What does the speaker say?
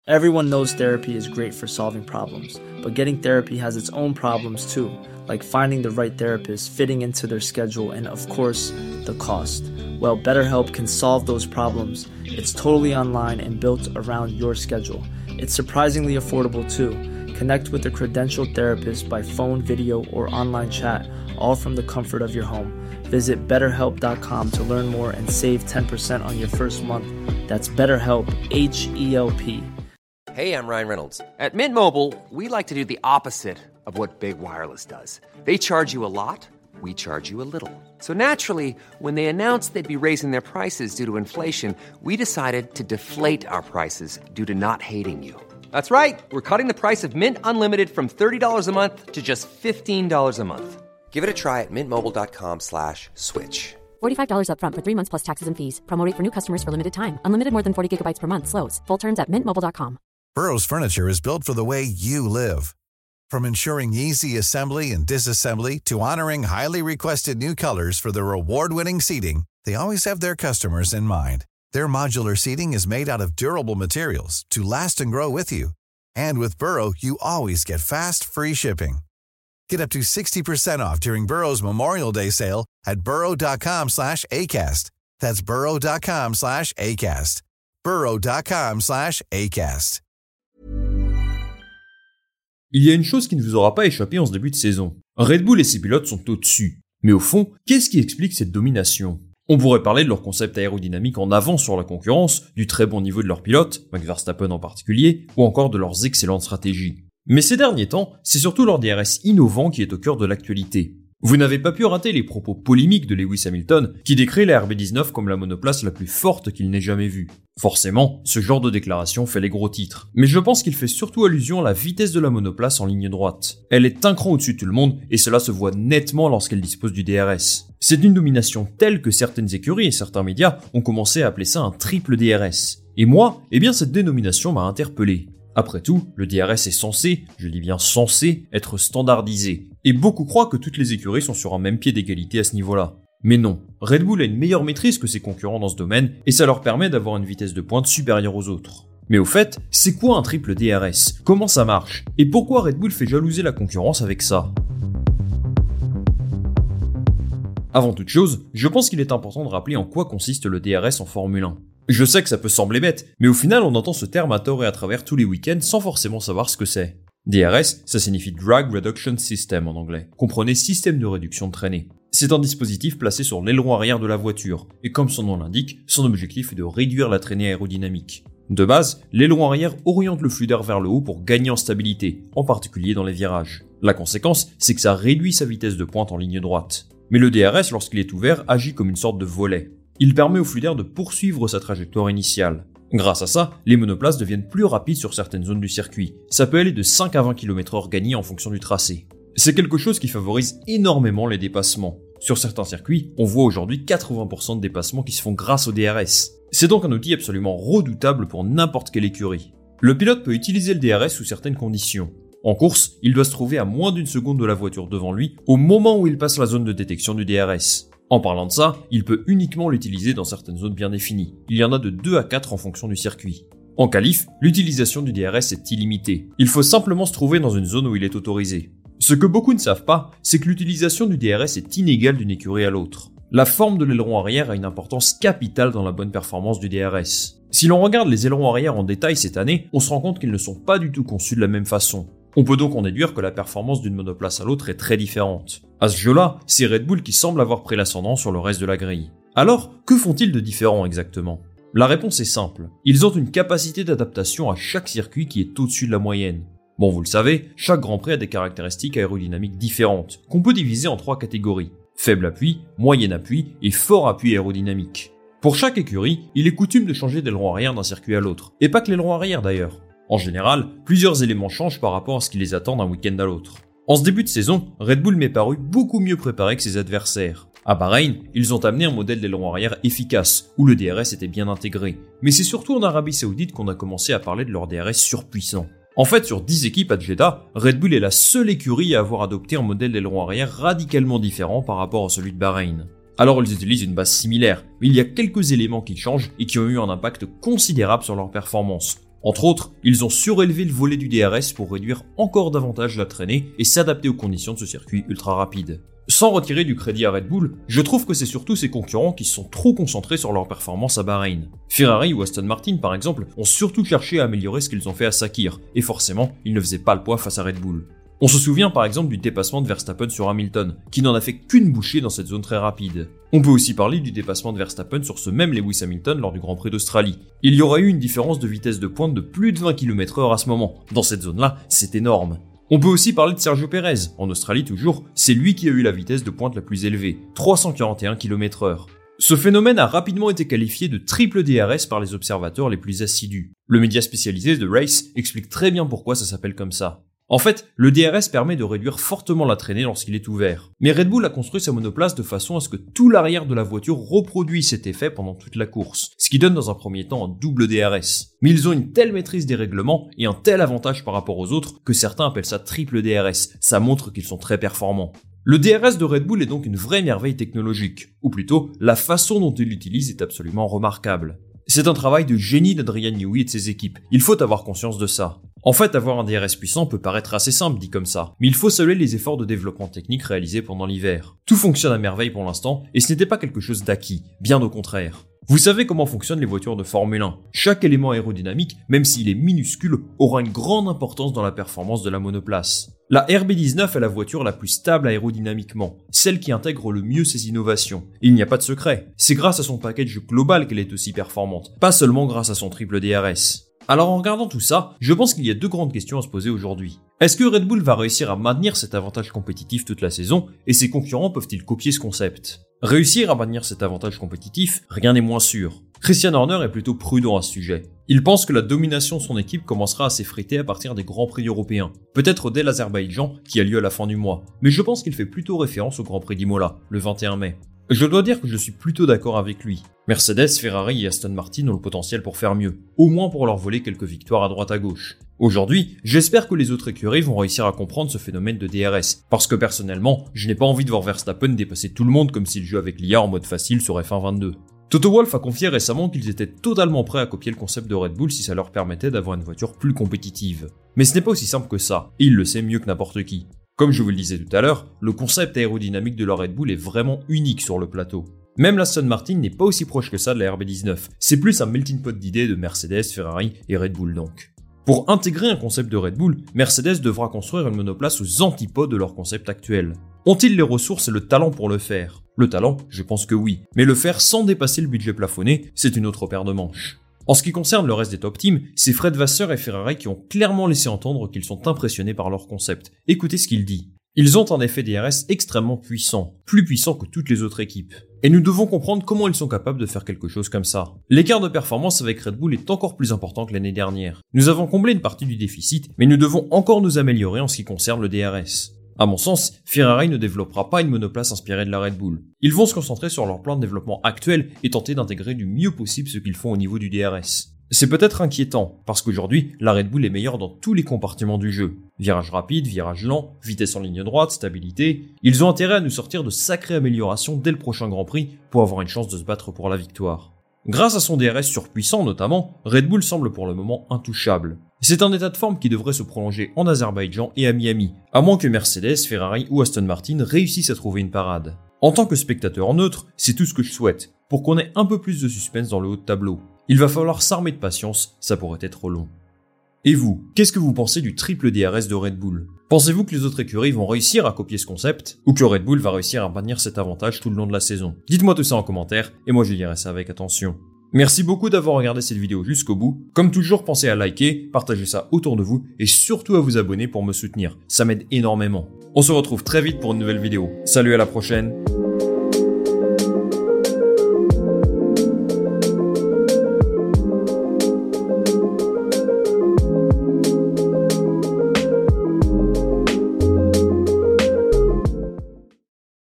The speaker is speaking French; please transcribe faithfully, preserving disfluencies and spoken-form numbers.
Everyone knows therapy is great for solving problems, but getting therapy has its own problems too, like finding the right therapist, fitting into their schedule, and of course, the cost. Well, BetterHelp can solve those problems. It's totally online and built around your schedule. It's surprisingly affordable too. Connect with a credentialed therapist by phone, video, or online chat, all from the comfort of your home. Visit better help dot com to learn more and save ten percent on your first month. That's BetterHelp, H E L P. Hey, I'm Ryan Reynolds. At Mint Mobile, we like to do the opposite of what Big Wireless does. They charge you a lot, we charge you a little. So naturally, when they announced they'd be raising their prices due to inflation, we decided to deflate our prices due to not hating you. That's right. We're cutting the price of Mint Unlimited from thirty dollars a month to just fifteen dollars a month. Give it a try at mintmobile.com slash switch. forty-five dollars up front for three months plus taxes and fees. Promo rate for new customers for limited time. Unlimited more than forty gigabytes per month slows. Full terms at mint mobile dot com. Burrow's furniture is built for the way you live. From ensuring easy assembly and disassembly to honoring highly requested new colors for their award-winning seating, they always have their customers in mind. Their modular seating is made out of durable materials to last and grow with you. And with Burrow, you always get fast, free shipping. Get up to sixty percent off during Burrow's Memorial Day sale at burrow.com slash ACAST. That's burrow.com slash ACAST. burrow.com slash ACAST. Il y a une chose qui ne vous aura pas échappé en ce début de saison. Red Bull et ses pilotes sont au-dessus. Mais au fond, qu'est-ce qui explique cette domination ? On pourrait parler de leur concept aérodynamique en avance sur la concurrence, du très bon niveau de leurs pilotes, Max Verstappen en particulier, ou encore de leurs excellentes stratégies. Mais ces derniers temps, c'est surtout leur D R S innovant qui est au cœur de l'actualité. Vous n'avez pas pu rater les propos polémiques de Lewis Hamilton, qui décrit la R B dix-neuf comme la monoplace la plus forte qu'il n'ait jamais vue. Forcément, ce genre de déclaration fait les gros titres. Mais je pense qu'il fait surtout allusion à la vitesse de la monoplace en ligne droite. Elle est un cran au-dessus de tout le monde, et cela se voit nettement lorsqu'elle dispose du D R S. C'est une domination telle que certaines écuries et certains médias ont commencé à appeler ça un triple D R S. Et moi, eh bien cette dénomination m'a interpellé. Après tout, le D R S est censé, je dis bien censé, être standardisé. Et beaucoup croient que toutes les écuries sont sur un même pied d'égalité à ce niveau-là. Mais non, Red Bull a une meilleure maîtrise que ses concurrents dans ce domaine, et ça leur permet d'avoir une vitesse de pointe supérieure aux autres. Mais au fait, c'est quoi un triple D R S ? Comment ça marche ? Et pourquoi Red Bull fait jalouser la concurrence avec ça ? Avant toute chose, je pense qu'il est important de rappeler en quoi consiste le D R S en Formule un. Je sais que ça peut sembler bête, mais au final on entend ce terme à tort et à travers tous les week-ends sans forcément savoir ce que c'est. D R S, ça signifie Drag Reduction System en anglais. Comprenez système de réduction de traînée. C'est un dispositif placé sur l'aileron arrière de la voiture, et comme son nom l'indique, son objectif est de réduire la traînée aérodynamique. De base, l'aileron arrière oriente le flux d'air vers le haut pour gagner en stabilité, en particulier dans les virages. La conséquence, c'est que ça réduit sa vitesse de pointe en ligne droite. Mais le D R S, lorsqu'il est ouvert, agit comme une sorte de volet. Il permet au flux d'air de poursuivre sa trajectoire initiale. Grâce à ça, les monoplaces deviennent plus rapides sur certaines zones du circuit. Ça peut aller de cinq à vingt kilomètres heure gagnés en fonction du tracé. C'est quelque chose qui favorise énormément les dépassements. Sur certains circuits, on voit aujourd'hui quatre-vingts pour cent de dépassements qui se font grâce au D R S. C'est donc un outil absolument redoutable pour n'importe quelle écurie. Le pilote peut utiliser le D R S sous certaines conditions. En course, il doit se trouver à moins d'une seconde de la voiture devant lui au moment où il passe la zone de détection du D R S. En parlant de ça, il peut uniquement l'utiliser dans certaines zones bien définies. Il y en a de deux à quatre en fonction du circuit. En qualif, l'utilisation du D R S est illimitée. Il faut simplement se trouver dans une zone où il est autorisé. Ce que beaucoup ne savent pas, c'est que l'utilisation du D R S est inégale d'une écurie à l'autre. La forme de l'aileron arrière a une importance capitale dans la bonne performance du D R S. Si l'on regarde les ailerons arrière en détail cette année, on se rend compte qu'ils ne sont pas du tout conçus de la même façon. On peut donc en déduire que la performance d'une monoplace à l'autre est très différente. À ce jeu-là, c'est Red Bull qui semble avoir pris l'ascendant sur le reste de la grille. Alors, que font-ils de différent exactement ? La réponse est simple. Ils ont une capacité d'adaptation à chaque circuit qui est au-dessus de la moyenne. Bon, vous le savez, chaque Grand Prix a des caractéristiques aérodynamiques différentes, qu'on peut diviser en trois catégories. Faible appui, moyen appui et fort appui aérodynamique. Pour chaque écurie, il est coutume de changer d'aileron arrière d'un circuit à l'autre. Et pas que l'aileron arrière d'ailleurs. En général, plusieurs éléments changent par rapport à ce qui les attend d'un week-end à l'autre. En ce début de saison, Red Bull m'est paru beaucoup mieux préparé que ses adversaires. À Bahreïn, ils ont amené un modèle d'aileron arrière efficace, où le D R S était bien intégré. Mais c'est surtout en Arabie Saoudite qu'on a commencé à parler de leur D R S surpuissant. En fait, sur dix équipes à Jeddah, Red Bull est la seule écurie à avoir adopté un modèle d'aileron arrière radicalement différent par rapport à celui de Bahreïn. Alors ils utilisent une base similaire, mais il y a quelques éléments qui changent et qui ont eu un impact considérable sur leur performance. Entre autres, ils ont surélevé le volet du D R S pour réduire encore davantage la traînée et s'adapter aux conditions de ce circuit ultra rapide. Sans retirer du crédit à Red Bull, je trouve que c'est surtout ses concurrents qui se sont trop concentrés sur leur performance à Bahreïn. Ferrari ou Aston Martin par exemple ont surtout cherché à améliorer ce qu'ils ont fait à Sakir, et forcément, ils ne faisaient pas le poids face à Red Bull. On se souvient par exemple du dépassement de Verstappen sur Hamilton, qui n'en a fait qu'une bouchée dans cette zone très rapide. On peut aussi parler du dépassement de Verstappen sur ce même Lewis Hamilton lors du Grand Prix d'Australie. Il y aurait eu une différence de vitesse de pointe de plus de vingt kilomètres heure à ce moment. Dans cette zone-là, c'est énorme. On peut aussi parler de Sergio Pérez, en Australie toujours, c'est lui qui a eu la vitesse de pointe la plus élevée, trois cent quarante et un kilomètres heure. Ce phénomène a rapidement été qualifié de triple D R S par les observateurs les plus assidus. Le média spécialisé The Race explique très bien pourquoi ça s'appelle comme ça. En fait, le D R S permet de réduire fortement la traînée lorsqu'il est ouvert. Mais Red Bull a construit sa monoplace de façon à ce que tout l'arrière de la voiture reproduise cet effet pendant toute la course, ce qui donne dans un premier temps un double D R S. Mais ils ont une telle maîtrise des règlements et un tel avantage par rapport aux autres que certains appellent ça triple D R S, ça montre qu'ils sont très performants. Le D R S de Red Bull est donc une vraie merveille technologique, ou plutôt, la façon dont il l'utilise est absolument remarquable. C'est un travail de génie d'Adrian Newey et de ses équipes, il faut avoir conscience de ça. En fait, avoir un D R S puissant peut paraître assez simple dit comme ça, mais il faut saluer les efforts de développement technique réalisés pendant l'hiver. Tout fonctionne à merveille pour l'instant, et ce n'était pas quelque chose d'acquis, bien au contraire. Vous savez comment fonctionnent les voitures de Formule un. Chaque élément aérodynamique, même s'il est minuscule, aura une grande importance dans la performance de la monoplace. La R B dix-neuf est la voiture la plus stable aérodynamiquement, celle qui intègre le mieux ses innovations. Il n'y a pas de secret, c'est grâce à son package global qu'elle est aussi performante, pas seulement grâce à son triple D R S. Alors en regardant tout ça, je pense qu'il y a deux grandes questions à se poser aujourd'hui. Est-ce que Red Bull va réussir à maintenir cet avantage compétitif toute la saison, et ses concurrents peuvent-ils copier ce concept ? Réussir à maintenir cet avantage compétitif, rien n'est moins sûr. Christian Horner est plutôt prudent à ce sujet. Il pense que la domination de son équipe commencera à s'effriter à partir des Grands Prix européens, peut-être dès l'Azerbaïdjan qui a lieu à la fin du mois, mais je pense qu'il fait plutôt référence au Grand Prix d'Imola, le vingt et un mai. Je dois dire que je suis plutôt d'accord avec lui. Mercedes, Ferrari et Aston Martin ont le potentiel pour faire mieux, au moins pour leur voler quelques victoires à droite à gauche. Aujourd'hui, j'espère que les autres écuries vont réussir à comprendre ce phénomène de D R S, parce que personnellement, je n'ai pas envie de voir Verstappen dépasser tout le monde comme s'il jouait avec l'I A en mode facile sur F un vingt-deux. Toto Wolff a confié récemment qu'ils étaient totalement prêts à copier le concept de Red Bull si ça leur permettait d'avoir une voiture plus compétitive. Mais ce n'est pas aussi simple que ça, et il le sait mieux que n'importe qui. Comme je vous le disais tout à l'heure, le concept aérodynamique de la Red Bull est vraiment unique sur le plateau. Même l'Aston Martin n'est pas aussi proche que ça de la R B dix-neuf, c'est plus un melting pot d'idées de Mercedes, Ferrari et Red Bull donc. Pour intégrer un concept de Red Bull, Mercedes devra construire une monoplace aux antipodes de leur concept actuel. Ont-ils les ressources et le talent pour le faire ? Le talent, je pense que oui, mais le faire sans dépasser le budget plafonné, c'est une autre paire de manches. En ce qui concerne le reste des top teams, c'est Fred Vasseur et Ferrari qui ont clairement laissé entendre qu'ils sont impressionnés par leur concept. Écoutez ce qu'il dit. Ils ont un effet D R S extrêmement puissant, plus puissant que toutes les autres équipes. Et nous devons comprendre comment ils sont capables de faire quelque chose comme ça. L'écart de performance avec Red Bull est encore plus important que l'année dernière. Nous avons comblé une partie du déficit, mais nous devons encore nous améliorer en ce qui concerne le D R S. À mon sens, Ferrari ne développera pas une monoplace inspirée de la Red Bull. Ils vont se concentrer sur leur plan de développement actuel et tenter d'intégrer du mieux possible ce qu'ils font au niveau du D R S. C'est peut-être inquiétant, parce qu'aujourd'hui, la Red Bull est meilleure dans tous les compartiments du jeu. Virage rapide, virage lent, vitesse en ligne droite, stabilité. Ils ont intérêt à nous sortir de sacrées améliorations dès le prochain Grand Prix pour avoir une chance de se battre pour la victoire. Grâce à son D R S surpuissant notamment, Red Bull semble pour le moment intouchable. C'est un état de forme qui devrait se prolonger en Azerbaïdjan et à Miami, à moins que Mercedes, Ferrari ou Aston Martin réussissent à trouver une parade. En tant que spectateur neutre, c'est tout ce que je souhaite, pour qu'on ait un peu plus de suspense dans le haut de tableau. Il va falloir s'armer de patience, ça pourrait être long. Et vous, qu'est-ce que vous pensez du triple D R S de Red Bull ? Pensez-vous que les autres écuries vont réussir à copier ce concept, ou que Red Bull va réussir à maintenir cet avantage tout le long de la saison ? Dites-moi tout ça en commentaire, et moi je lirai ça avec attention. Merci beaucoup d'avoir regardé cette vidéo jusqu'au bout. Comme toujours, pensez à liker, partager ça autour de vous, et surtout à vous abonner pour me soutenir, ça m'aide énormément. On se retrouve très vite pour une nouvelle vidéo. Salut, à la prochaine.